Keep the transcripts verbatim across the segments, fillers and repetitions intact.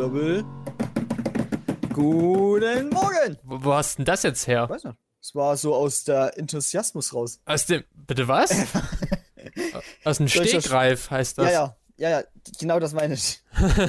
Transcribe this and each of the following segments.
Trommelwirbel. Guten Morgen! Wo, wo hast denn das jetzt her? Ich weiß nicht. Es war so aus der Enthusiasmus raus. Aus dem, bitte was? Aus dem Stegreif heißt das. Ja, ja, ja, ja, genau das meine ich.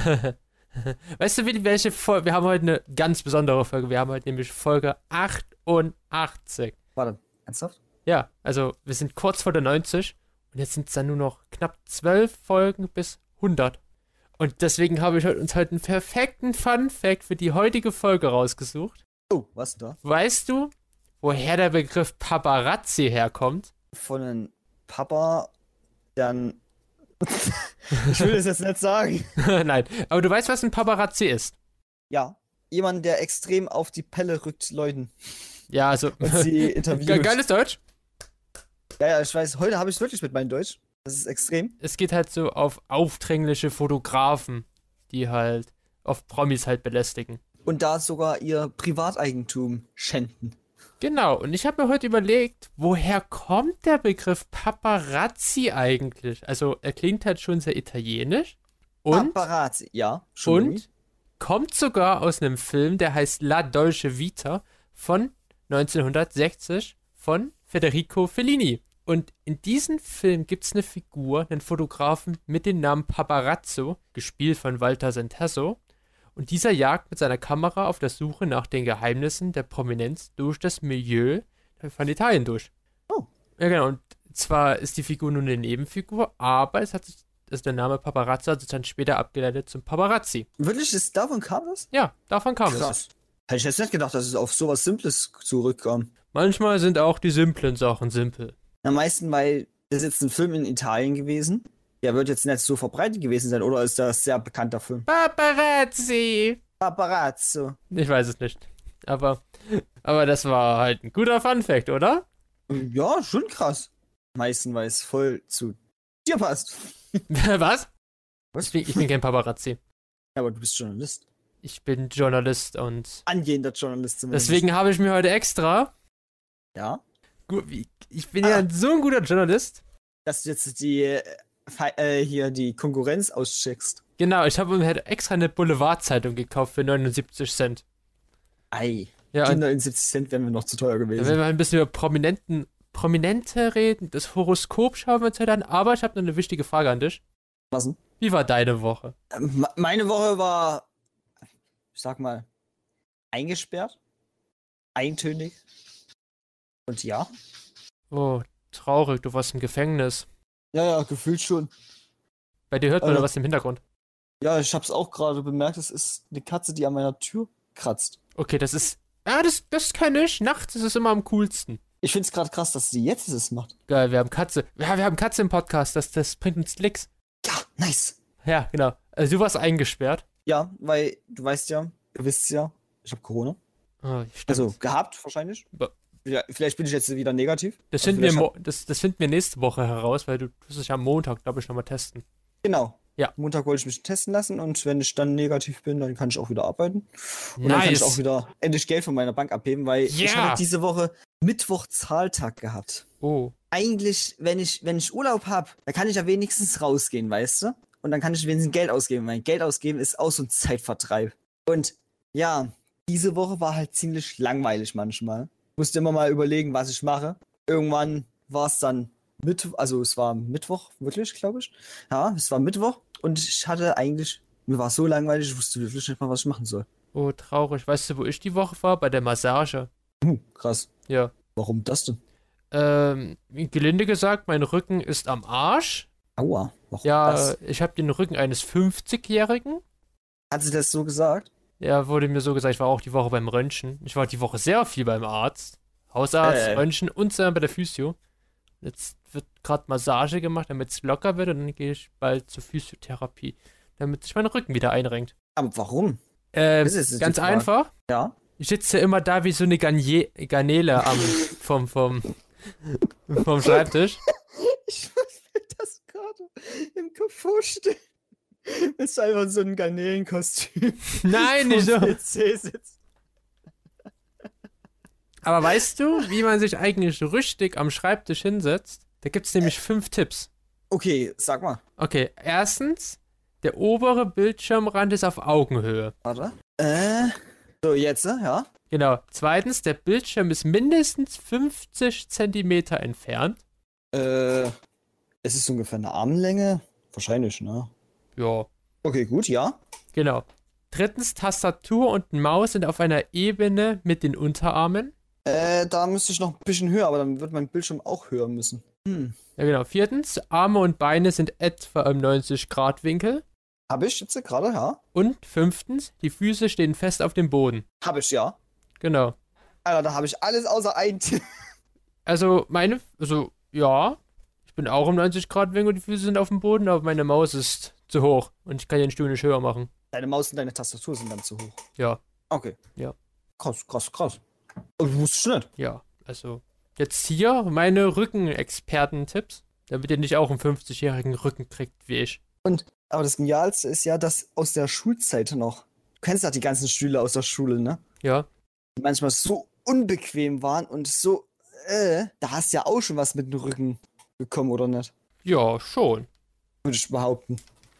Weißt du, wie, welche Folge? Wir haben heute eine ganz besondere Folge. Wir haben heute nämlich Folge achtundachtzig. Warte, ernsthaft? Ja, also wir sind kurz vor der neunzig und jetzt sind es dann nur noch knapp zwölf Folgen bis hundert. Und deswegen habe ich uns heute einen perfekten Fun-Fact für die heutige Folge rausgesucht. Oh, was da? Weißt du, woher der Begriff Paparazzi herkommt? Von einem Papa, dann... ich will das jetzt nicht sagen. Nein, aber du weißt, was ein Paparazzi ist? Ja, jemand, der extrem auf die Pelle rückt Leuten. Ja, also... Und sie interviewt. Geiles Deutsch. Ja, ja, ich weiß, heute habe ich es wirklich mit meinem Deutsch. Das ist extrem. Es geht halt so auf aufdringliche Fotografen, die halt oft Promis halt belästigen. Und da sogar ihr Privateigentum schänden. Genau, und ich habe mir heute überlegt, woher kommt der Begriff Paparazzi eigentlich? Also, er klingt halt schon sehr italienisch. Und, Paparazzi, ja. Schon und kommt sogar aus einem Film, der heißt La Dolce Vita von neunzehnhundertsechzig von Federico Fellini. Und in diesem Film gibt es eine Figur, einen Fotografen mit dem Namen Paparazzo, gespielt von Walter Santasso. Und dieser jagt mit seiner Kamera auf der Suche nach den Geheimnissen der Prominenz durch das Milieu von Italien durch. Oh. Ja, genau. Und zwar ist die Figur nur eine Nebenfigur, aber es hat sich, ist der Name Paparazzo hat sich dann später abgeleitet zum Paparazzi. Wirklich? Ist, davon kam das? Ja, davon kam Krass. es. Hätte ich jetzt nicht gedacht, dass es auf sowas Simples zurückkam. Manchmal sind auch die simplen Sachen simpel. Am meisten, weil das ist jetzt ein Film in Italien gewesen. Der wird jetzt nicht so verbreitet gewesen sein, oder ist das ein sehr bekannter Film? Paparazzi! Paparazzo. Ich weiß es nicht. Aber, aber das war halt ein guter Funfact, oder? Ja, schon krass. Am meisten, weil es voll zu dir passt. Was? Was? Ich bin, ich bin kein Paparazzi. Ja, aber du bist Journalist. Ich bin Journalist und Angehender Journalist zumindest. deswegen habe ich mir heute extra... Ja? Gut, ich bin ja Ah. so ein guter Journalist. Dass du jetzt die, äh, Fe- äh, hier die Konkurrenz auscheckst. Genau, ich habe mir halt extra eine Boulevardzeitung gekauft für neunundsiebzig Cent. Ei. Ja, Die und neunundsiebzig Cent wären mir noch zu teuer da gewesen. werden wir ein bisschen über Prominenten, Prominente reden. Das Horoskop schauen wir uns heute an. Aber ich habe noch eine wichtige Frage an dich. Was denn? Wie war deine Woche? Ähm, Meine Woche war, ich sag mal, eingesperrt, eintönig und ja. Oh, traurig, du warst im Gefängnis. Ja, ja, gefühlt schon. Bei dir hört man Äh. da was im Hintergrund. Ja, ich hab's auch gerade bemerkt, es ist eine Katze, die an meiner Tür kratzt. Okay, das ist... Ja, das, das kenne ich. Nachts ist es immer am coolsten. Ich find's gerade krass, dass sie jetzt es macht. Geil, wir haben Katze. Ja, wir haben Katze im Podcast. Das, das bringt uns Klicks. Ja, nice. Ja, genau. Also du warst eingesperrt. Ja, weil du weißt ja, du wisst ja, ich habe Corona. Oh, stimmt. Also gehabt wahrscheinlich. Ba- Ja, vielleicht bin ich jetzt wieder negativ. Das Also finden, wir vielleicht mo- das, das finden wir nächste Woche heraus, weil du tust dich am Montag, glaube ich, nochmal testen. Genau. Ja. Montag wollte ich mich testen lassen und wenn ich dann negativ bin, dann kann ich auch wieder arbeiten. Und dann kann ich auch wieder endlich Geld von meiner Bank abheben, weil ich Ja. habe diese Woche Mittwoch Zahltag gehabt. Oh. Eigentlich, wenn ich, wenn ich Urlaub habe, dann kann ich ja wenigstens rausgehen, weißt du? Und dann kann ich wenigstens Geld ausgeben, weil Geld ausgeben ist auch so ein Zeitvertreib. Und ja, diese Woche war halt ziemlich langweilig manchmal. Ich musste immer mal überlegen, was ich mache. Irgendwann war es dann Mittwoch, also es war Mittwoch, wirklich, glaube ich. Ja, es war Mittwoch und ich hatte eigentlich, mir war es so langweilig, ich wusste wirklich nicht mal, was ich machen soll. Oh, traurig. Weißt du, wo ich die Woche war? Bei der Massage. Hm, krass. Ja. Warum das denn? Ähm, gelinde gesagt, mein Rücken ist am Arsch. Aua, warum Ja, das? äh, ich habe den Rücken eines fünfzigjährigen. Hat sie das so gesagt? Ja, wurde mir so gesagt, ich war auch die Woche beim Röntgen. Ich war die Woche sehr viel beim Arzt. Hausarzt, Äh. Röntgen und dann bei der Physio. Jetzt wird gerade Massage gemacht, damit es locker wird und dann gehe ich bald zur Physiotherapie, damit sich mein Rücken wieder einrenkt. Aber warum? Ähm, Das ist jetzt ganz die Frage. einfach. Ja? Ich sitze immer da wie so eine Garnier Garnele am, vom, vom, vom Schreibtisch. Ich muss mir das gerade im Kopf vorstellen. Das ist einfach so ein Garnelenkostüm. Nein, nicht so. Vom P C sitzt. Aber weißt du, wie man sich eigentlich richtig am Schreibtisch hinsetzt? Da gibt es nämlich fünf Tipps. Okay, sag mal. Okay, erstens, Der obere Bildschirmrand ist auf Augenhöhe. Warte. Äh. So, jetzt, äh, ja. Genau. Zweitens, der Bildschirm ist mindestens fünfzig Zentimeter entfernt. Äh. Es ist ungefähr eine Armlänge. Wahrscheinlich, ne? Ja. Okay, gut, ja. Genau. Drittens, Tastatur und Maus sind auf einer Ebene mit den Unterarmen. Äh, da müsste ich noch ein bisschen höher, aber dann wird mein Bildschirm auch höher müssen. Hm. Ja, genau. Viertens, Arme und Beine sind etwa im neunzig Grad Winkel. Hab ich jetzt gerade, ja? Und fünftens, die Füße stehen fest auf dem Boden. Hab ich, ja. Genau. Alter, da habe ich alles außer ein. Also, meine, also, ja. Ich bin auch im neunzig Grad Winkel, die Füße sind auf dem Boden, aber meine Maus ist zu hoch und ich kann den Stuhl nicht höher machen. Deine Maus und deine Tastatur sind dann zu hoch. Ja. Okay. Ja. Krass, krass, krass. Aber wusste ich nicht. Ja, also jetzt hier meine Rückenexperten-Tipps, damit ihr nicht auch einen fünfzigjährigen Rücken kriegt wie ich. Und, aber das Genialste ist ja, dass aus der Schulzeit noch, du kennst ja die ganzen Stühle aus der Schule, ne? Ja. Die manchmal so unbequem waren und so, äh, da hast du ja auch schon was mit dem Rücken bekommen, oder nicht? Ja, schon. Würde ich behaupten.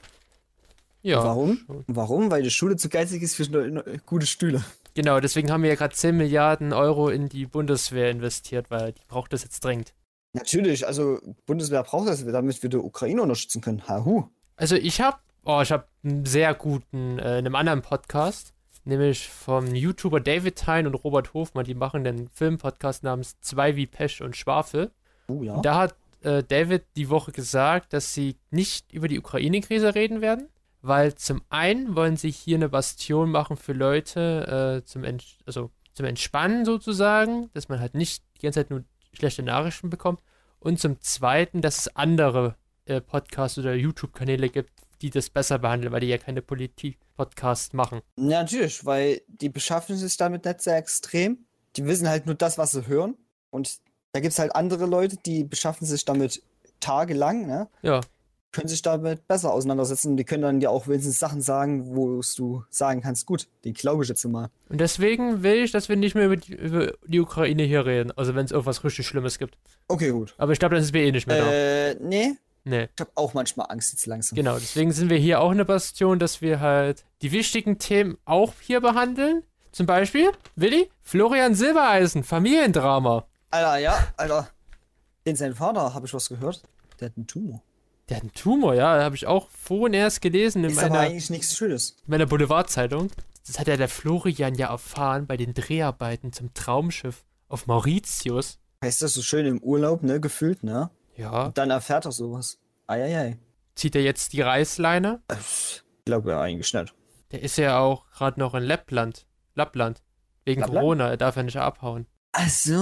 Ja. Und warum? Schon. Warum? Weil die Schule zu geizig ist für ne- ne- gute Stühle. Genau, deswegen haben wir ja gerade zehn Milliarden Euro in die Bundeswehr investiert, weil die braucht das jetzt dringend. Natürlich, also Bundeswehr braucht das, damit wir die Ukraine unterstützen können. Hahu. Also ich habe, oh, ich habe einen sehr guten, äh, in einem anderen Podcast, nämlich vom YouTuber David Hein und Robert Hofmann, die machen den Filmpodcast namens Zwei wie Pech und Schwafel. Oh ja. Und da hat äh, David die Woche gesagt, dass sie nicht über die Ukraine-Krise reden werden, weil zum einen wollen sie hier eine Bastion machen für Leute äh, zum, Ent also zum Entspannen sozusagen, dass man halt nicht die ganze Zeit nur schlechte Nachrichten bekommt. Und zum zweiten, dass es andere äh, Podcasts oder YouTube-Kanäle gibt, die das besser behandeln, weil die ja keine Politik-Podcasts machen. Ja, natürlich, weil die beschaffen sich damit nicht sehr extrem. Die wissen halt nur das, was sie hören. Und da gibt es halt andere Leute, die beschaffen sich damit tagelang, ne? Ja. Können sich damit besser auseinandersetzen. Die können dann dir auch wenigstens Sachen sagen, wo du sagen kannst, gut, den glaube ich jetzt mal. Und deswegen will ich, dass wir nicht mehr über die, über die Ukraine hier reden. Also wenn es irgendwas richtig Schlimmes gibt. Okay, gut. Aber ich glaube, dann sind wir eh nicht mehr da. Äh, nee. Nee. Ich habe auch manchmal Angst jetzt langsam. Genau, deswegen sind wir hier auch eine Bastion, dass wir halt die wichtigen Themen auch hier behandeln. Zum Beispiel, Willi, Florian Silbereisen, Familiendrama. Alter, ja, Alter. Den sein Vater, habe ich was gehört. Der hat einen Tumor. Der hat einen Tumor, ja, habe ich auch vorhin erst gelesen in Ist aber meiner, eigentlich nichts Schönes. in meiner Boulevardzeitung. Das hat ja der Florian ja erfahren bei den Dreharbeiten zum Traumschiff auf Mauritius. Heißt das so schön im Urlaub, ne? Gefühlt, ne? Ja. Und dann erfährt er sowas. Eieiei. Zieht er jetzt die Reißleine? Ich glaube ja eigentlich nicht. Der ist ja auch gerade noch in Lappland. Lappland. Wegen Lappland? Corona, er darf ja nicht abhauen. Ach so.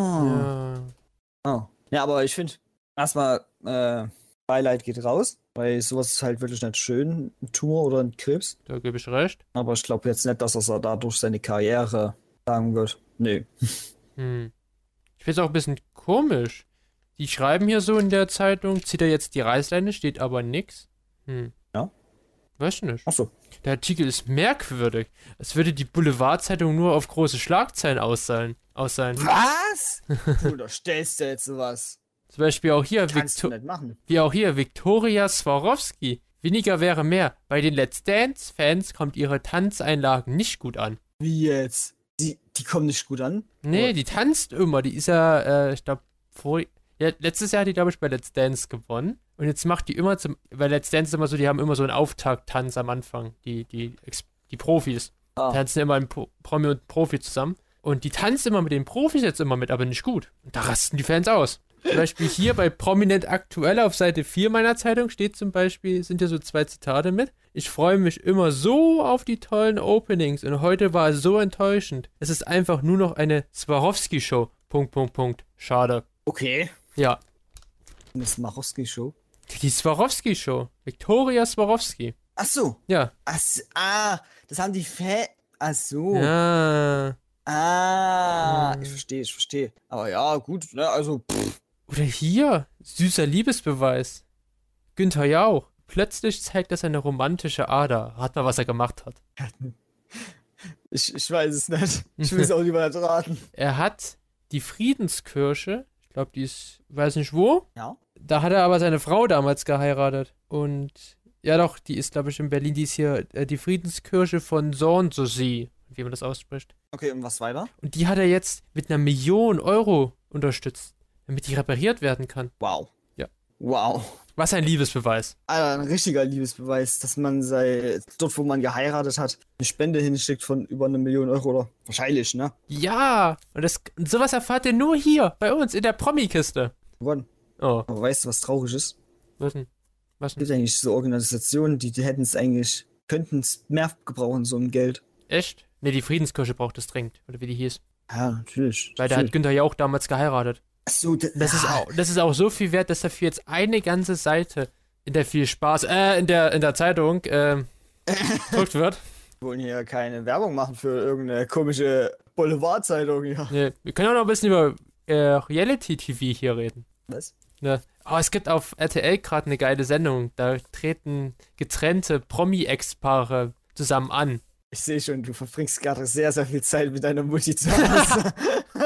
Ja. Oh. Ja, aber ich finde, erstmal, äh, Beileid geht raus, weil sowas ist halt wirklich nicht schön, ein Tumor oder ein Krebs. Da gebe ich recht. Aber ich glaube jetzt nicht, dass er dadurch seine Karriere sagen wird. Nee. Hm. Ich finde es auch ein bisschen komisch. Die schreiben hier so in der Zeitung, zieht er jetzt die Reißleine, steht aber nix. Hm. Ja. Weiß ich nicht. Ach so. Der Artikel ist merkwürdig. Es würde die Boulevardzeitung nur auf große Schlagzeilen aussehen. aussehen. Was? Du unterstellst du jetzt sowas. Zum Beispiel auch hier, Kannst Victor du nicht machen. wie auch hier, Viktoria Swarovski. Weniger wäre mehr. Bei den Let's Dance-Fans kommt ihre Tanzeinlagen nicht gut an. Wie jetzt? Die, die kommen nicht gut an? Nee, Oder- die tanzt immer. Die ist ja, äh, ich glaube, vor. Ja, letztes Jahr hat die, glaube ich, bei Let's Dance gewonnen. Und jetzt macht die immer zum. Bei Let's Dance ist immer so, die haben immer so einen Auftakttanz am Anfang. Die, die, Ex- die Profis. Ah. Tanzen immer ein Pro Promi und Profi zusammen. Und die tanzt immer mit den Profis jetzt immer mit, aber nicht gut. Und da rasten die Fans aus. Zum Beispiel hier bei Prominent Aktuell auf Seite vier meiner Zeitung steht zum Beispiel, sind hier so zwei Zitate mit. Ich freue mich immer so auf die tollen Openings und heute war es so enttäuschend. Es ist einfach nur noch eine Swarovski-Show. Punkt, Punkt, Punkt. Schade. Okay. Ja, Das ist Marowski-Show. die Swarovski-Show. Viktoria Swarovski. Ach so. Ja. Ach so. Ah, das haben die Fan. Ach so. Ja. Ah, Hm. ich verstehe, ich verstehe. Aber ja, gut, ne, also, pff. Oder hier. Süßer Liebesbeweis. Günther Jauch. Plötzlich zeigt er seine romantische Ader. Rat mal, was er gemacht hat. Ich, ich weiß es nicht. Ich will es auch lieber nicht raten. Er hat die Friedenskirche, ich glaube, die ist, weiß nicht wo, Ja. da hat er aber seine Frau damals geheiratet. Und Ja doch, die ist, glaube ich, in Berlin. Die ist hier äh, die Friedenskirche von Sanssouci, wie man das ausspricht. Okay, und was weiter? Und die hat er jetzt mit einer Million Euro unterstützt, damit die repariert werden kann. Wow. Ja. Wow. Was ein Liebesbeweis. Alter, ein richtiger Liebesbeweis, dass man sei, dort, wo man geheiratet hat, eine Spende hinschickt von über eine Million Euro oder wahrscheinlich, ne? Ja, und das, sowas erfahrt ihr nur hier, bei uns, in der Promi-Kiste. Gewonnen. Oh, Aber weißt du, was traurig ist? was denn? Was Es denn? gibt eigentlich so Organisationen, die, die hätten es eigentlich, könnten es mehr gebrauchen, so ein Geld. Echt? Ne, die Friedenskirche braucht es dringend, oder wie die hieß. Ja, natürlich. Weil da hat Günther ja auch damals geheiratet. Achso, Das ist auch, das ist auch so viel wert, dass dafür jetzt eine ganze Seite in der viel Spaß, äh, in der, in der Zeitung, ähm, gedruckt wird. Wir wollen hier keine Werbung machen für irgendeine komische Boulevardzeitung hier. Nee, wir können auch noch ein bisschen über äh, Reality-T V hier reden. Was? Ne? Aber es gibt auf R T L gerade eine geile Sendung. Da treten getrennte Promi-Ex-Paare zusammen an. Ich sehe schon, du verbringst gerade sehr, sehr viel Zeit mit deiner Mutti zu Hause.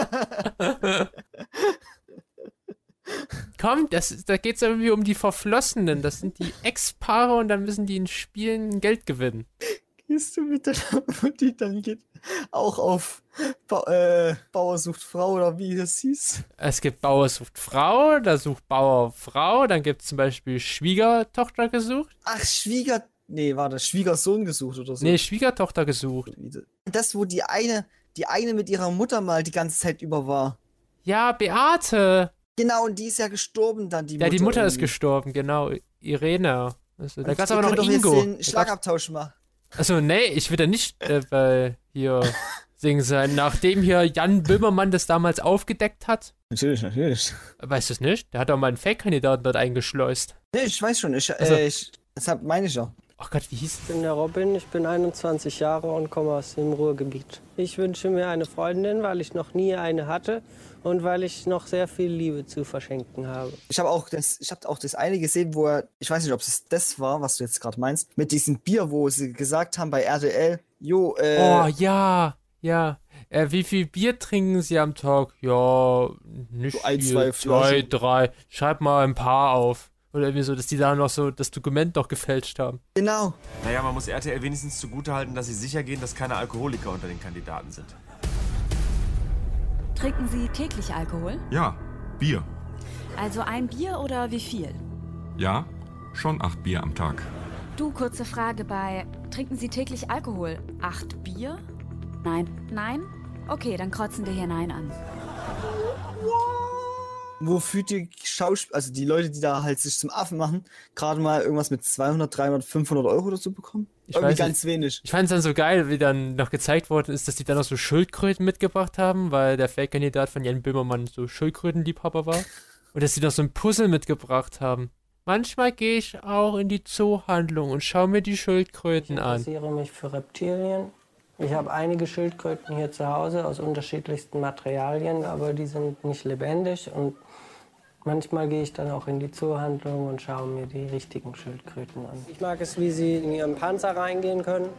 Komm, das, ist- da geht es irgendwie um die Verflossenen. Das sind die Ex-Paare und dann müssen die in Spielen Geld gewinnen. Gehst du mit deiner Mutti dann geht auch auf ba äh, Bauer sucht Frau oder wie das hieß? Es gibt Bauer sucht Frau, da sucht Bauer Frau, dann gibt es zum Beispiel Schwiegertochter gesucht. Ach, Schwieger... Nee, warte, Schwiegersohn gesucht oder so. Nee, Schwiegertochter gesucht. Das, wo die eine, die eine mit ihrer Mutter mal die ganze Zeit über war. Ja, Beate. Genau, und die ist ja gestorben dann, die Ja, Mutter. die Mutter ist irgendwie. gestorben, genau. Irene. Also, da Und gab es ihr aber noch könnt doch Ingo. jetzt den Da gab's- Schlagabtausch machen. Achso, nee, ich will da nicht äh, bei hier singen sein. Nachdem hier Jan Böhmermann das damals aufgedeckt hat. Natürlich, natürlich. Weißt du es nicht? Der hat doch mal einen Fake-Kandidaten dort eingeschleust. Nee, ich weiß schon. Ich, Also- äh, ich, deshalb meine ich ja. Ach Gott, wie hieß Ich bin der Robin, ich bin einundzwanzig Jahre und komme aus dem Ruhrgebiet. Ich wünsche mir eine Freundin, weil ich noch nie eine hatte und weil ich noch sehr viel Liebe zu verschenken habe. Ich habe auch das, ich habe auch das eine gesehen, wo er, ich weiß nicht, ob es das war, was du jetzt gerade meinst, mit diesem Bier, wo sie gesagt haben bei R T L, jo, äh, Oh, ja, ja. Äh, wie viel Bier trinken Sie am Tag? Ja, nicht So ein, viel. zwei zwei, Flaschen. drei. Schreib mal ein paar auf. Oder irgendwie so, dass die da noch so das Dokument noch gefälscht haben. genau. Naja, man muss R T L wenigstens zugutehalten, dass sie sicher gehen, dass keine Alkoholiker unter den Kandidaten sind. Trinken Sie täglich Alkohol? Ja, Bier. Also ein Bier oder wie viel? Ja, schon acht Bier am Tag. Du, kurze Frage bei, trinken Sie täglich Alkohol? Acht Bier? Nein. Nein? Okay, dann krotzen wir hier Nein an. Wofür die Schauspieler, also die Leute, die da halt sich zum Affen machen, gerade mal irgendwas mit zweihundert, dreihundert, fünfhundert Euro dazu bekommen? Ich Irgendwie weiß ganz wenig. Ich fand es dann so geil, wie dann noch gezeigt worden ist, dass die dann noch so Schildkröten mitgebracht haben, weil der Fake-Kandidat von Jan Böhmermann so Schildkrötenliebhaber war. Und dass sie noch so ein Puzzle mitgebracht haben. Manchmal gehe ich auch in die Zoohandlung und schaue mir die Ich Schildkröten an. interessiere mich für Reptilien. Ich habe einige Schildkröten hier zu Hause aus unterschiedlichsten Materialien, aber die sind nicht lebendig. Und manchmal gehe ich dann auch in die Zoohandlung und schaue mir die richtigen Schildkröten an. Ich mag es, wie sie in ihren Panzer reingehen können.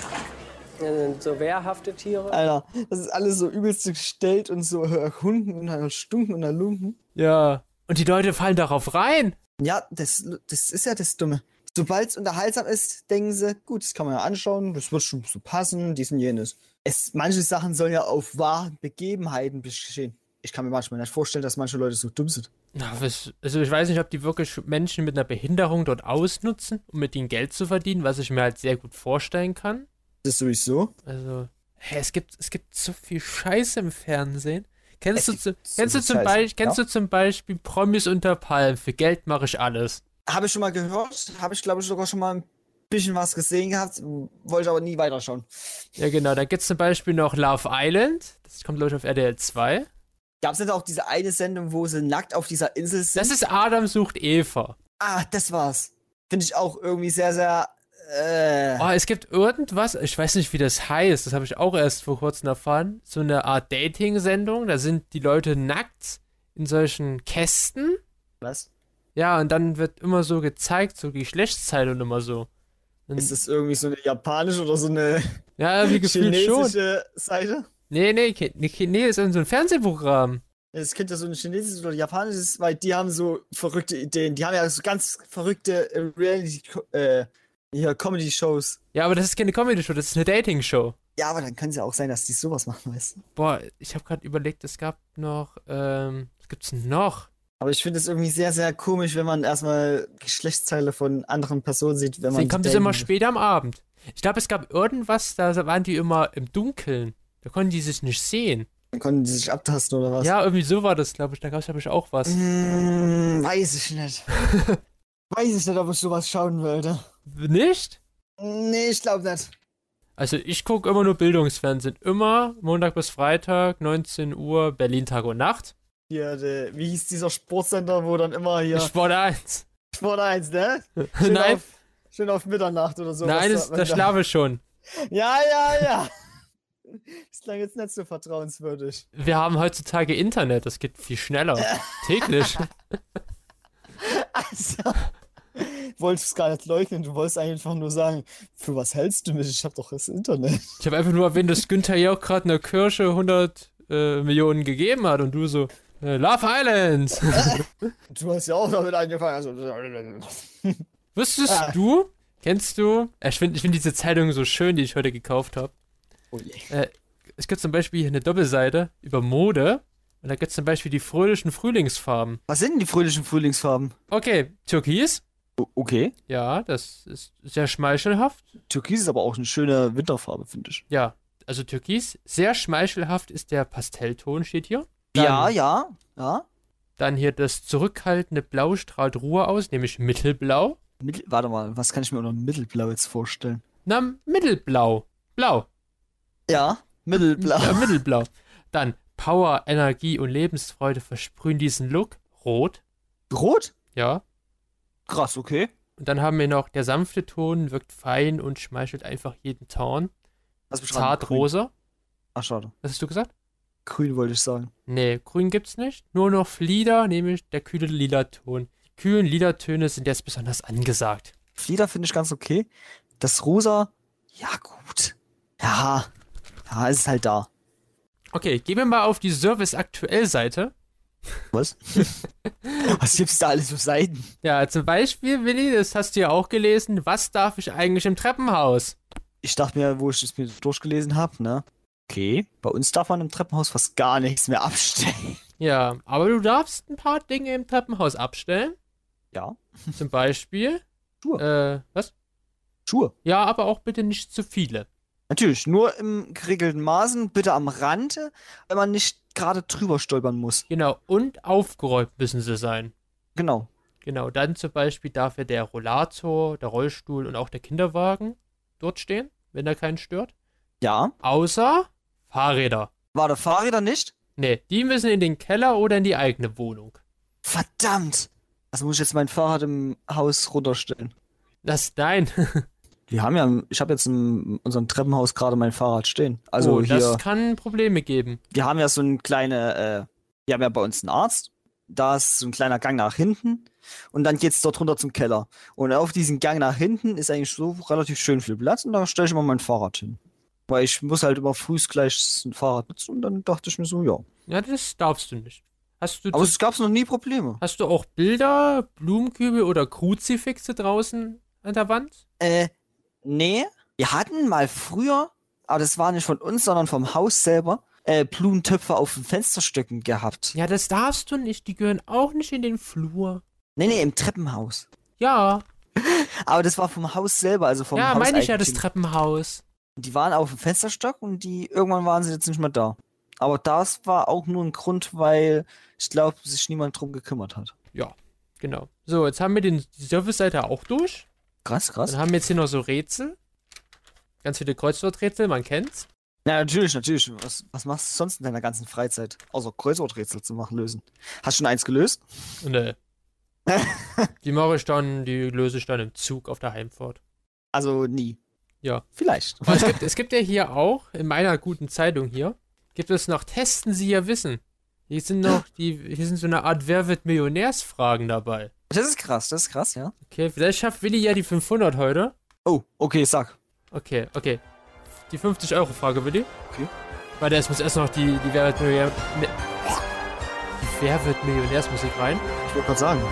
Das sind so wehrhafte Tiere. Alter, das ist alles so übelst gestellt und so erkunden und dann Stunken und dann Lumpen. Ja. Und die Leute fallen darauf rein. Ja, das, das ist ja das Dumme. Sobald es unterhaltsam ist, denken sie, gut, das kann man ja anschauen, das wird schon so passen, dies und jenes. Es, manche Sachen sollen ja auf wahren Begebenheiten geschehen. Ich kann mir manchmal nicht vorstellen, dass manche Leute so dumm sind. Na, was, also ich weiß nicht, ob die wirklich Menschen mit einer Behinderung dort ausnutzen, um mit ihnen Geld zu verdienen, was ich mir halt sehr gut vorstellen kann. Das ist sowieso. Also, hey, es gibt, es gibt so viel Scheiße im Fernsehen. Kennst, Es du, gibt zu, so kennst, du, viel zum Scheiße, Beispiel, kennst ja. du zum Beispiel Promis unter Palmen? Für Geld mache ich alles. Habe ich schon mal gehört, habe ich glaube ich sogar schon mal ein bisschen was gesehen gehabt, wollte aber nie weiterschauen. Ja, genau. Da gibt es zum Beispiel noch Love Island. Das kommt, glaube ich, auf R T L zwei. Gab es nicht auch diese eine Sendung, wo sie nackt auf dieser Insel sind? Das ist Adam sucht Eva. Ah, das war's. Finde ich auch irgendwie sehr, sehr. Äh, Oh, es gibt irgendwas, ich weiß nicht, wie das heißt, das habe ich auch erst vor kurzem erfahren. So eine Art Dating-Sendung. Da sind die Leute nackt in solchen Kästen. was? Ja, und dann wird immer so gezeigt, so Geschlechtsteile und immer so. Und, Ist das irgendwie so eine japanische oder so eine ja, wie gefühlt schon. chinesische Seite? Nee, nee, ke- nee, nee, ist so ein Fernsehprogramm. Es könnte ja so ein chinesisches oder japanisches, weil die haben so verrückte Ideen. Die haben ja so ganz verrückte äh, Reality, äh, hier, Comedy-Shows. Ja, aber das ist keine Comedy-Show, das ist eine Dating-Show. Ja, aber dann kann es ja auch sein, dass die sowas machen, weißt du? Boah, ich habe gerade überlegt, es gab noch, ähm, was gibt's denn noch? Aber ich finde es irgendwie sehr, sehr komisch, wenn man erstmal Geschlechtsteile von anderen Personen sieht, wenn man. Deswegen kommt es daten immer will. später am Abend. Ich glaube, es gab irgendwas, da waren die immer im Dunkeln. Da konnten die sich nicht sehen. Dann konnten die sich abtasten oder was? Ja, irgendwie so war das, glaube ich. Da gab es, glaube ich, auch was. Hm, weiß ich nicht. Weiß ich nicht, ob ich sowas schauen wollte. Nicht? Nee, ich glaube nicht. Also ich gucke immer nur Bildungsfernsehen. Immer Montag bis Freitag, neunzehn Uhr, Berlin Tag und Nacht. Hier, der, wie hieß dieser Sportsender, wo dann immer hier. Sport eins. Sport eins, ne? Schön Nein, Auf, schön auf Mitternacht oder so. nein, das, da schlafe ich schon. Ja, ja, ja. Das klang jetzt nicht so vertrauenswürdig. Wir haben heutzutage Internet, das geht viel schneller. Täglich. Also, wolltest es gar nicht leugnen, du wolltest einfach nur sagen, für was hältst du mich? Ich hab doch das Internet. Ich habe einfach nur erwähnt, dass Günther Jauch gerade in der Kirche hundert äh, Millionen gegeben hat und du so, äh, Love Island. Du hast ja auch damit angefangen. Also, Wusstest Ah. du, kennst du, äh, ich finde ich find diese Zeitung so schön, die ich heute gekauft habe. oh je. Äh, es gibt zum Beispiel hier eine Doppelseite über Mode und da gibt es zum Beispiel die fröhlichen Frühlingsfarben. Was sind denn die fröhlichen Frühlingsfarben? Okay, Türkis. O- okay. Ja, das ist sehr schmeichelhaft. Türkis ist aber auch eine schöne Winterfarbe, finde ich. Ja, also Türkis. Sehr schmeichelhaft ist der Pastellton, steht hier. Dann, Ja, ja, ja. Dann hier das zurückhaltende Blau strahlt Ruhe aus, nämlich Mittelblau. Mittel, warte mal, was kann ich mir unter Mittelblau jetzt vorstellen? Na, Mittelblau. Blau. Ja, Mittelblau. Ja, Mittelblau. Dann Power, Energie und Lebensfreude versprühen diesen Look. Rot. Rot? Ja. Krass, okay. Und dann haben wir noch, der sanfte Ton wirkt fein und schmeichelt einfach jeden Ton. Was beschreiben? Zart Grün. rosa. Ach, schade. Was hast du gesagt? Grün wollte ich sagen. Nee, grün gibt's nicht. Nur noch Flieder, nämlich der kühle Lila-Ton. Die kühlen Lila-Töne sind jetzt besonders angesagt. Flieder finde ich ganz okay. Das Rosa, ja gut. Ja, ja, ist halt da. Okay, gehen wir mal auf die Service-Aktuell-Seite. Was? Was gibt's da alles für Seiten? Ja, zum Beispiel, Willi, das hast du ja auch gelesen. Was darf ich eigentlich im Treppenhaus? Ich dachte mir, wo ich das mir durchgelesen habe, ne? Okay, bei uns darf man im Treppenhaus fast gar nichts mehr abstellen. Ja, aber du darfst ein paar Dinge im Treppenhaus abstellen. Ja. Zum Beispiel. Schuhe. Äh, was? Schuhe. Ja, aber auch bitte nicht zu viele. Natürlich, nur im geregelten Maßen, bitte am Rande, wenn man nicht gerade drüber stolpern muss. Genau, und aufgeräumt müssen sie sein. Genau. Genau, dann zum Beispiel darf ja der Rollator, der Rollstuhl und auch der Kinderwagen dort stehen, wenn er keinen stört. Ja. Außer Fahrräder. War der Fahrräder nicht? Nee, die müssen in den Keller oder in die eigene Wohnung. Verdammt! Also muss ich jetzt mein Fahrrad im Haus runterstellen. Das, nein. Wir haben ja, ich habe jetzt in unserem Treppenhaus gerade mein Fahrrad stehen. Also oh, hier, das kann Probleme geben. wir haben ja so ein kleine, äh, wir haben ja bei uns einen Arzt. Da ist so ein kleiner Gang nach hinten und dann geht's dort runter zum Keller. Und auf diesem Gang nach hinten ist eigentlich so relativ schön viel Platz und da stelle ich immer mein Fahrrad hin. Weil ich muss halt immer früh gleich ein Fahrrad nutzen und dann dachte ich mir so, ja. Ja, das darfst du nicht. Hast du, Aber es gab's noch nie Probleme. hast du auch Bilder, Blumenkübel oder Kruzifixe draußen an der Wand? Äh, nee. Wir hatten mal früher, aber das war nicht von uns, sondern vom Haus selber, äh, Blumentöpfe auf den Fensterstöcken gehabt. Ja, das darfst du nicht. Die gehören auch nicht in den Flur. Nee, nee, im Treppenhaus. Ja, Aber das war vom Haus selber, also vom ja, Haus. meine ich ja, das Treppenhaus. Die waren auf dem Fensterstock und die irgendwann waren sie jetzt nicht mehr da. Aber das war auch nur ein Grund, weil ich glaube, sich niemand drum gekümmert hat. Ja, genau. So, jetzt haben wir den, die Service-Seite auch durch. Krass, krass. Dann haben wir jetzt hier noch so Rätsel. Ganz viele Kreuzworträtsel, man kennt's. Ja, natürlich, natürlich. Was, was machst du sonst in deiner ganzen Freizeit? Außer Kreuzworträtsel zu machen, lösen. Hast du schon eins gelöst? Nee. Die mache ich dann, die löse ich dann im Zug auf der Heimfahrt. Also nie. Ja. Vielleicht. Aber es gibt, es gibt ja hier auch, in meiner guten Zeitung hier, gibt es noch Testen Sie Ihr Wissen. Hier sind noch, die, hier sind so eine Art Wer wird Millionärsfragen dabei. Das ist krass, das ist krass, ja. Okay, vielleicht schafft Willi ja die fünfhundert heute. Oh, okay, sag. Okay, okay. Die fünfzig Euro Frage, Willi. Okay. Warte, es muss erst noch die, die Wer wird Millionär... Mi- Wer wird Millionärsmusik rein? Ich wollte gerade sagen.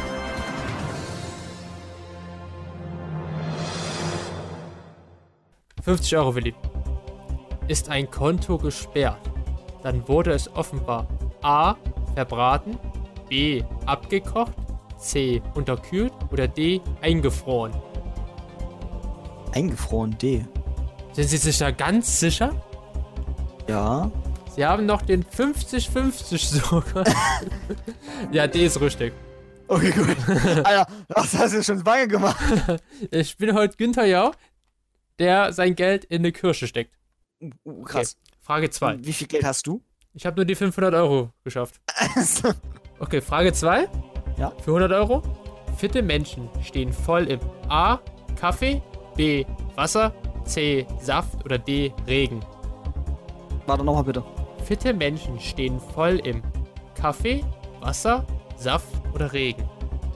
fünfzig Euro, Willi. Ist ein Konto gesperrt, dann wurde es offenbar A. verbraten, B. abgekocht, C. unterkühlt oder D. eingefroren. Eingefroren, D. Sind Sie sich da ganz sicher? Ja. Sie haben noch den fünfzig fünfzig sogar. Ja, D ist richtig. Okay, gut. Alter, das hast du schon lange gemacht. Ich bin heute Günther Jauch, der sein Geld in eine Kirsche steckt. Uh, krass. Okay, Frage zwei. Wie viel Geld hast du? Ich habe nur die fünfhundert Euro geschafft. Okay, Frage zwei. Ja. Für hundert Euro. Fitte Menschen stehen voll im A. Kaffee, B. Wasser, C. Saft oder D. Regen. Warte nochmal bitte. Fitte Menschen stehen voll im Kaffee, Wasser, Saft oder Regen.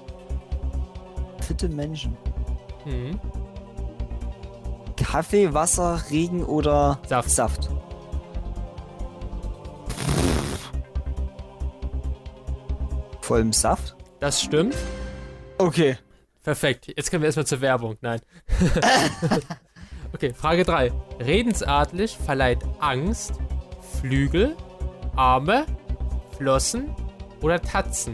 Fitte Menschen. Hm. Kaffee, Wasser, Regen oder Saft. Saft. Voll im Saft? Das stimmt. Okay. Perfekt. Jetzt können wir erstmal zur Werbung. Nein. Okay, Frage drei. Redensartlich verleiht Angst Flügel, Arme, Flossen oder Tatzen.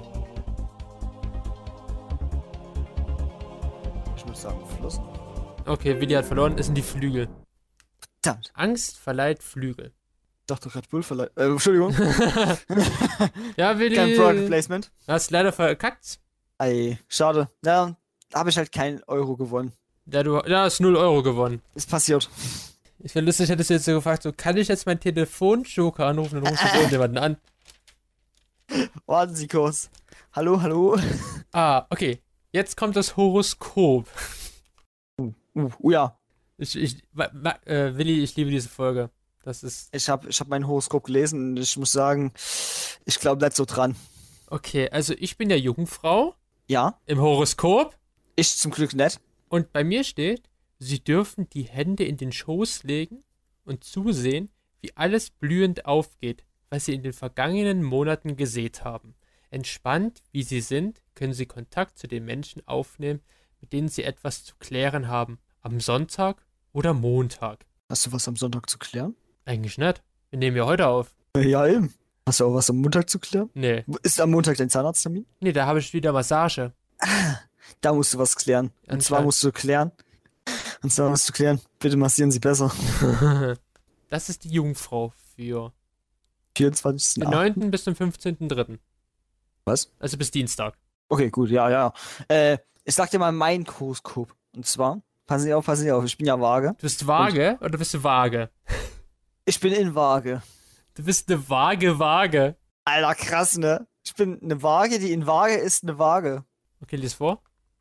Ich würde sagen Flossen. Okay, Willi hat verloren. Es sind die Flügel. Verdammt. Angst verleiht Flügel. Ich dachte Red Bull verleiht. Äh, Entschuldigung. Ja, Willi. Kein Product Placement. Hast leider verkackt. Ey, schade. Ja, habe ich halt keinen Euro gewonnen. Ja, du ja, hast null Euro gewonnen. Ist passiert. Ich wäre lustig, hättest du jetzt so gefragt, so, kann ich jetzt meinen Telefonjoker anrufen und rufst du irgendjemanden an? Warten Sie kurz. Hallo, hallo. Ah, okay. Jetzt kommt das Horoskop. Uh, uh ja. Ich, ich, wa, wa, äh, Willi, ich liebe diese Folge. Das ist... Ich habe ich hab mein Horoskop gelesen und ich muss sagen, ich glaube nicht so dran. Okay, also ich bin ja Jungfrau Ja, im Horoskop ich zum Glück nicht. und bei mir steht, Sie dürfen die Hände in den Schoß legen und zusehen, wie alles blühend aufgeht, was Sie in den vergangenen Monaten gesät haben. Entspannt, wie Sie sind, können Sie Kontakt zu den Menschen aufnehmen, mit denen Sie etwas zu klären haben. Am Sonntag oder Montag. Hast du was am Sonntag zu klären? Eigentlich nicht. Wir nehmen ja heute auf. Ja, eben. Hast du auch was am Montag zu klären? Nee. Ist am Montag dein Zahnarzttermin? Nee, da habe ich wieder Massage. Da musst du was klären. Und Anscheinend. zwar musst du klären. Und zwar musst du klären, bitte massieren Sie besser. Das ist die Jungfrau für vierundzwanzigsten den neunten bis zum fünfzehnten dritten Was? Also bis Dienstag. Okay, gut, ja, ja. Äh, ich sag dir mal mein Horoskop. Und zwar, passen Sie auf, passen Sie auf, ich bin ja vage. Du bist vage oder bist du vage? Ich bin in Waage. Du bist eine vage Waage. Alter, krass, ne? Ich bin eine Waage, die in Waage ist eine Waage. Okay, lies vor.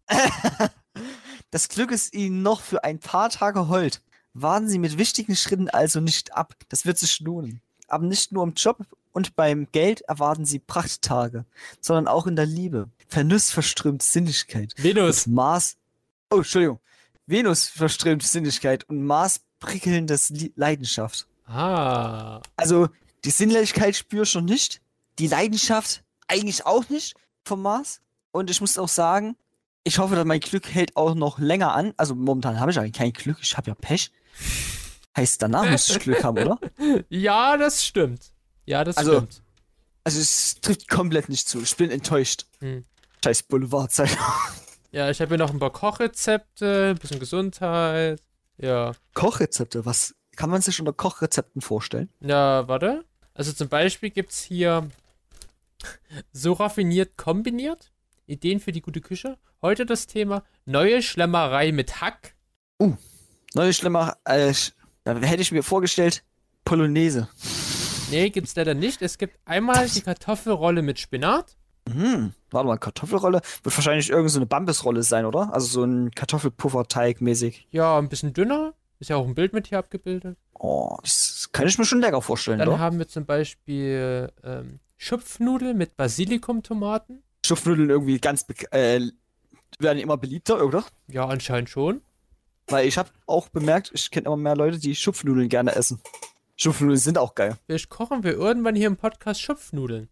Das Glück ist Ihnen noch für ein paar Tage hold. Warten Sie mit wichtigen Schritten also nicht ab. Das wird sich lohnen. Aber nicht nur im Job und beim Geld erwarten Sie Prachttage, sondern auch in der Liebe. Vernuss verströmt Sinnlichkeit. Venus. Und Maß. Oh, Entschuldigung. Venus verströmt Sinnlichkeit und Mars prickelndes Li- Leidenschaft. Ah. Also, die Sinnlichkeit spüre ich schon nicht. Die Leidenschaft eigentlich auch nicht vom Mars. Und ich muss auch sagen, ich hoffe, dass mein Glück hält auch noch länger an. Also momentan habe ich eigentlich kein Glück, ich habe ja Pech. Heißt, danach muss ich Glück haben, oder? Ja, das stimmt. Ja, das Also- stimmt. Also es trifft komplett nicht zu. Ich bin enttäuscht. Hm. Scheiß Boulevardzeit. Ja, ich habe hier noch ein paar Kochrezepte, ein bisschen Gesundheit. Ja. Kochrezepte, was kann man sich unter Kochrezepten vorstellen? Ja, warte. Also zum Beispiel gibt es hier so raffiniert kombiniert. Ideen für die gute Küche. Heute das Thema neue Schlemmerei mit Hack. Neue Schlemmer, äh, sch- da hätte ich mir vorgestellt, Polonaise. Nee, gibt's leider nicht. Es gibt einmal die Kartoffelrolle mit Spinat. Hm, warte mal, Kartoffelrolle? Wird wahrscheinlich irgend so eine Bambusrolle sein, oder? Also so ein Kartoffelpufferteig mäßig. Ja, ein bisschen dünner. Ist ja auch ein Bild mit hier abgebildet. Oh, das kann ich mir schon lecker vorstellen, Dann oder? haben wir zum Beispiel ähm, Schupfnudeln mit Basilikumtomaten. Schupfnudeln irgendwie ganz, bek- äh, werden immer beliebter, oder? Ja, anscheinend schon. Weil ich habe auch bemerkt, ich kenne immer mehr Leute, die Schupfnudeln gerne essen. Schupfnudeln sind auch geil. Vielleicht kochen wir irgendwann hier im Podcast Schupfnudeln.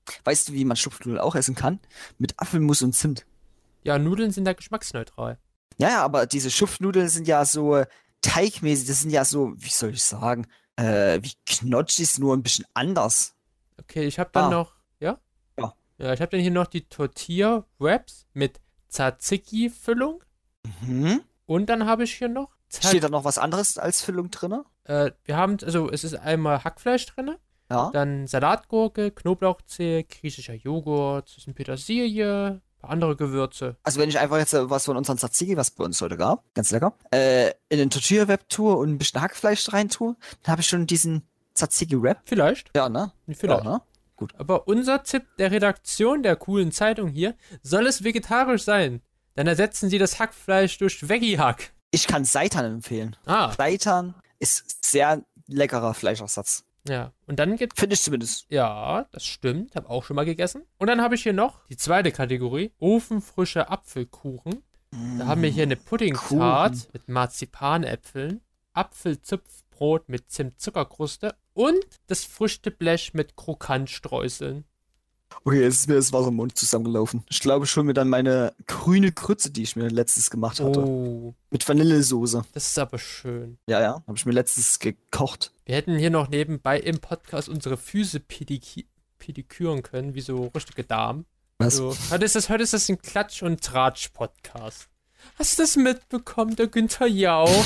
Weißt du, wie man Schupfnudeln auch essen kann? Mit Apfelmus und Zimt. Ja, Nudeln sind da geschmacksneutral. Ja, ja, aber diese Schupfnudeln sind ja so teigmäßig, das sind ja so, wie soll ich sagen, äh, wie Knotschis, nur ein bisschen anders. Okay, ich habe dann Ah. noch, ja? Ja. Ja, ich habe dann hier noch die Tortilla-Wraps mit Tzatziki-Füllung. Mhm. Und dann habe ich hier noch. Tza- Steht da noch was anderes als Füllung drin? Äh, wir haben, also es ist einmal Hackfleisch drin, Ja. dann Salatgurke, Knoblauchzehe, griechischer Joghurt, bisschen Petersilie, ein paar andere Gewürze. Also wenn ich einfach jetzt äh, was von unseren Tzatziki, was bei uns heute gab, ganz lecker, äh, in den Tortilla-Wrap tue und ein bisschen Hackfleisch rein tue, dann habe ich schon diesen Tzatziki-Wrap. Vielleicht, Ja, ne? vielleicht. Ja, ne? Aber unser Tipp der Redaktion der coolen Zeitung hier, soll es vegetarisch sein, dann ersetzen sie das Hackfleisch durch Veggie-Hack. Ich kann Seitan empfehlen. Ah, Seitan ist sehr leckerer Fleischersatz. ja. Und dann gibt Finde ich zumindest. ja, das stimmt, habe auch schon mal gegessen. Und dann habe ich hier noch die zweite Kategorie, ofenfrische Apfelkuchen. Da haben wir hier eine Puddingtart Kuchen. mit Marzipanäpfeln, Apfelzupfbrot mit Zimt-Zuckerkruste und das Früchteblech mit Krokantstreuseln. Okay, jetzt ist mir das Wasser im Mund zusammengelaufen. Ich glaube schon mir dann meine grüne Grütze, die ich mir letztes gemacht hatte. Oh, Mit Vanillesoße. das ist aber schön. Ja, ja. Habe ich mir letztes gekocht. Wir hätten hier noch nebenbei im Podcast unsere Füße pediki pediküren können, wie so richtige Damen. Was? So, heute ist das, heute ist das ein Klatsch- und Tratsch-Podcast. Hast du das mitbekommen, der Günther Jauch?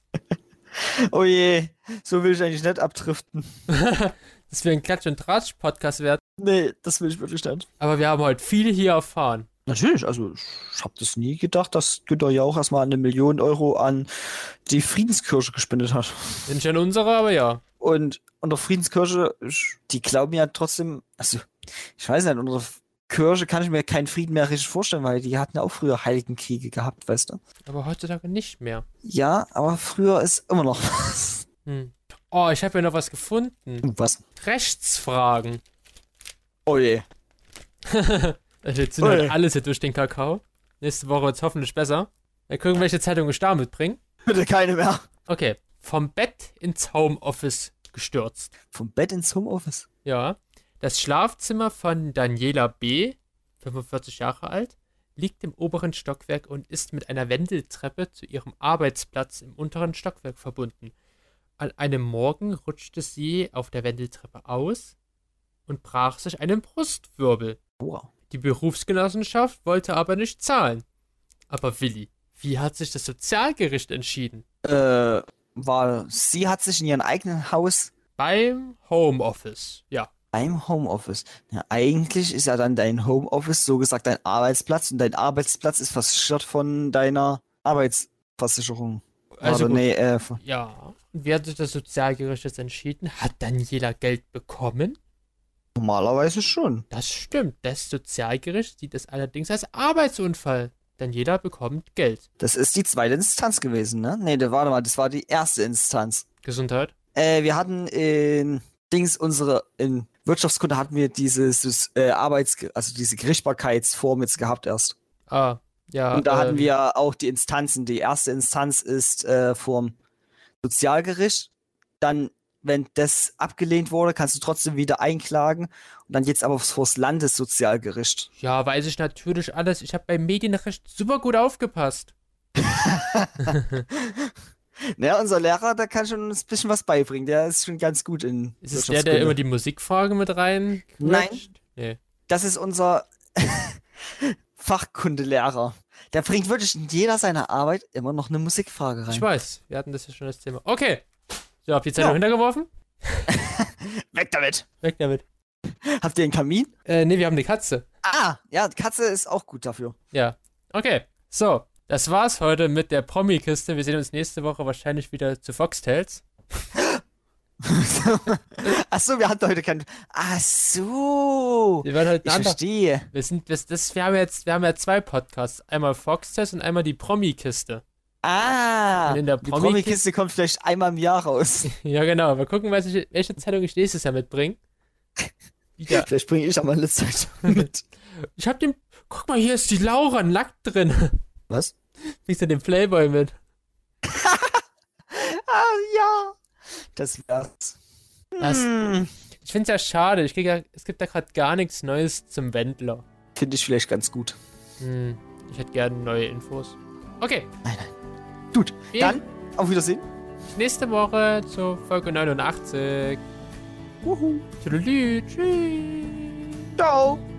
Oh je, so will ich eigentlich nicht abdriften. Dass wir ein Klatsch- und Tratsch-Podcast werden. Nee, das will ich wirklich nicht. Aber wir haben heute viel hier erfahren. Natürlich, also ich habe das nie gedacht, dass Günter Jauch erstmal eine Million Euro an die Friedenskirche gespendet hat. Nicht an unsere, aber ja. Und unter Friedenskirche, ich- die glauben ja trotzdem, also ich weiß nicht, unter Kirche kann ich mir keinen Frieden mehr richtig vorstellen, weil die hatten ja auch früher Heiligenkriege gehabt, weißt du? Aber heutzutage nicht mehr. Ja, aber früher ist immer noch was. Hm. Oh, ich habe hier noch was gefunden. Was? Rechtsfragen. Oh je. Also jetzt sind Ui. halt alles hier durch den Kakao. Nächste Woche wird es hoffentlich besser. Dann gucken, welche Zeitung ich da mitbringe. Bitte keine mehr. Okay. Vom Bett ins Homeoffice gestürzt. Vom Bett ins Homeoffice. Ja. Das Schlafzimmer von Daniela B., fünfundvierzig Jahre alt, liegt im oberen Stockwerk und ist mit einer Wendeltreppe zu ihrem Arbeitsplatz im unteren Stockwerk verbunden. An einem Morgen rutschte sie auf der Wendeltreppe aus und brach sich einen Brustwirbel. Wow. Die Berufsgenossenschaft wollte aber nicht zahlen. Aber Willi, wie hat sich das Sozialgericht entschieden? Äh, war, sie hat sich in ihrem eigenen Haus Beim Homeoffice. Ja. beim Homeoffice. Ja, eigentlich ist ja dann dein Homeoffice so gesagt dein Arbeitsplatz und dein Arbeitsplatz ist versichert von deiner Arbeitsversicherung. Also Oder gut. nee, äh, von- Ja. Und wie hat sich das Sozialgericht jetzt entschieden? Hat Daniela Geld bekommen? normalerweise schon. Das stimmt. Das Sozialgericht sieht es allerdings als Arbeitsunfall. Daniela bekommt Geld. Das ist die zweite Instanz gewesen, ne? Nee, da- warte mal, das war die erste Instanz. Gesundheit. Äh, wir hatten in Dings unsere, in Wirtschaftskunde hatten wir dieses äh, Arbeits, also diese Gerichtsbarkeitsform jetzt gehabt erst. Ah, ja. Und da hatten ähm, wir auch die Instanzen. Die erste Instanz ist äh, vom Sozialgericht. Dann, wenn das abgelehnt wurde, kannst du trotzdem wieder einklagen. Und dann geht's aber vors Landessozialgericht. Ja, weiß ich natürlich alles. Ich habe beim Medienrecht super gut aufgepasst. Naja, unser Lehrer, der kann schon ein bisschen was beibringen. Der ist schon ganz gut in Ist es der, der immer die Musikfrage mit rein? Nein. Nee. Das ist unser Fachkundelehrer. Der bringt wirklich in jeder seiner Arbeit immer noch eine Musikfrage rein. Ich weiß, wir hatten das ja schon das Thema. Okay. So, habt ihr die Zeitung Ja. hintergeworfen? Weg damit! Weg damit. Habt ihr einen Kamin? Äh, nee, wir haben eine Katze. Ah, ja, die Katze ist auch gut dafür. Ja. Okay. So, das war's heute mit der Promi-Kiste. Wir sehen uns nächste Woche wahrscheinlich wieder zu Foxtails. Ach so, wir hatten heute keinen. Ach so. Wir werden heute Ich eine andere. verstehe. Wir sind, wir, das, wir haben jetzt, wir haben ja zwei Podcasts. Einmal Foxtails und einmal die Promi-Kiste. Ah, Und in der die Promi- Promikiste kommt vielleicht einmal im Jahr raus. Ja, genau. Mal gucken, was ich, welche Zeitung ich nächstes Jahr mitbringe. Ja. Vielleicht bringe ich auch mal eine Zeitung mit. Ich hab den. Guck mal, hier ist die Laura nackt drin. Was? Bringst du den Playboy mit? Ah, ja. Das wär's. Das, Hm. Ich finde es ja schade. Ich krieg ja, es gibt da gerade gar nichts Neues zum Wendler. Finde ich vielleicht ganz gut. Hm, ich hätte gerne neue Infos. Okay. Nein, nein. Gut, Wir- dann auf Wiedersehen. Nächste Woche zur Folge neunundachtzig. Wuhu. Tschüss. Tschüss. Ciao.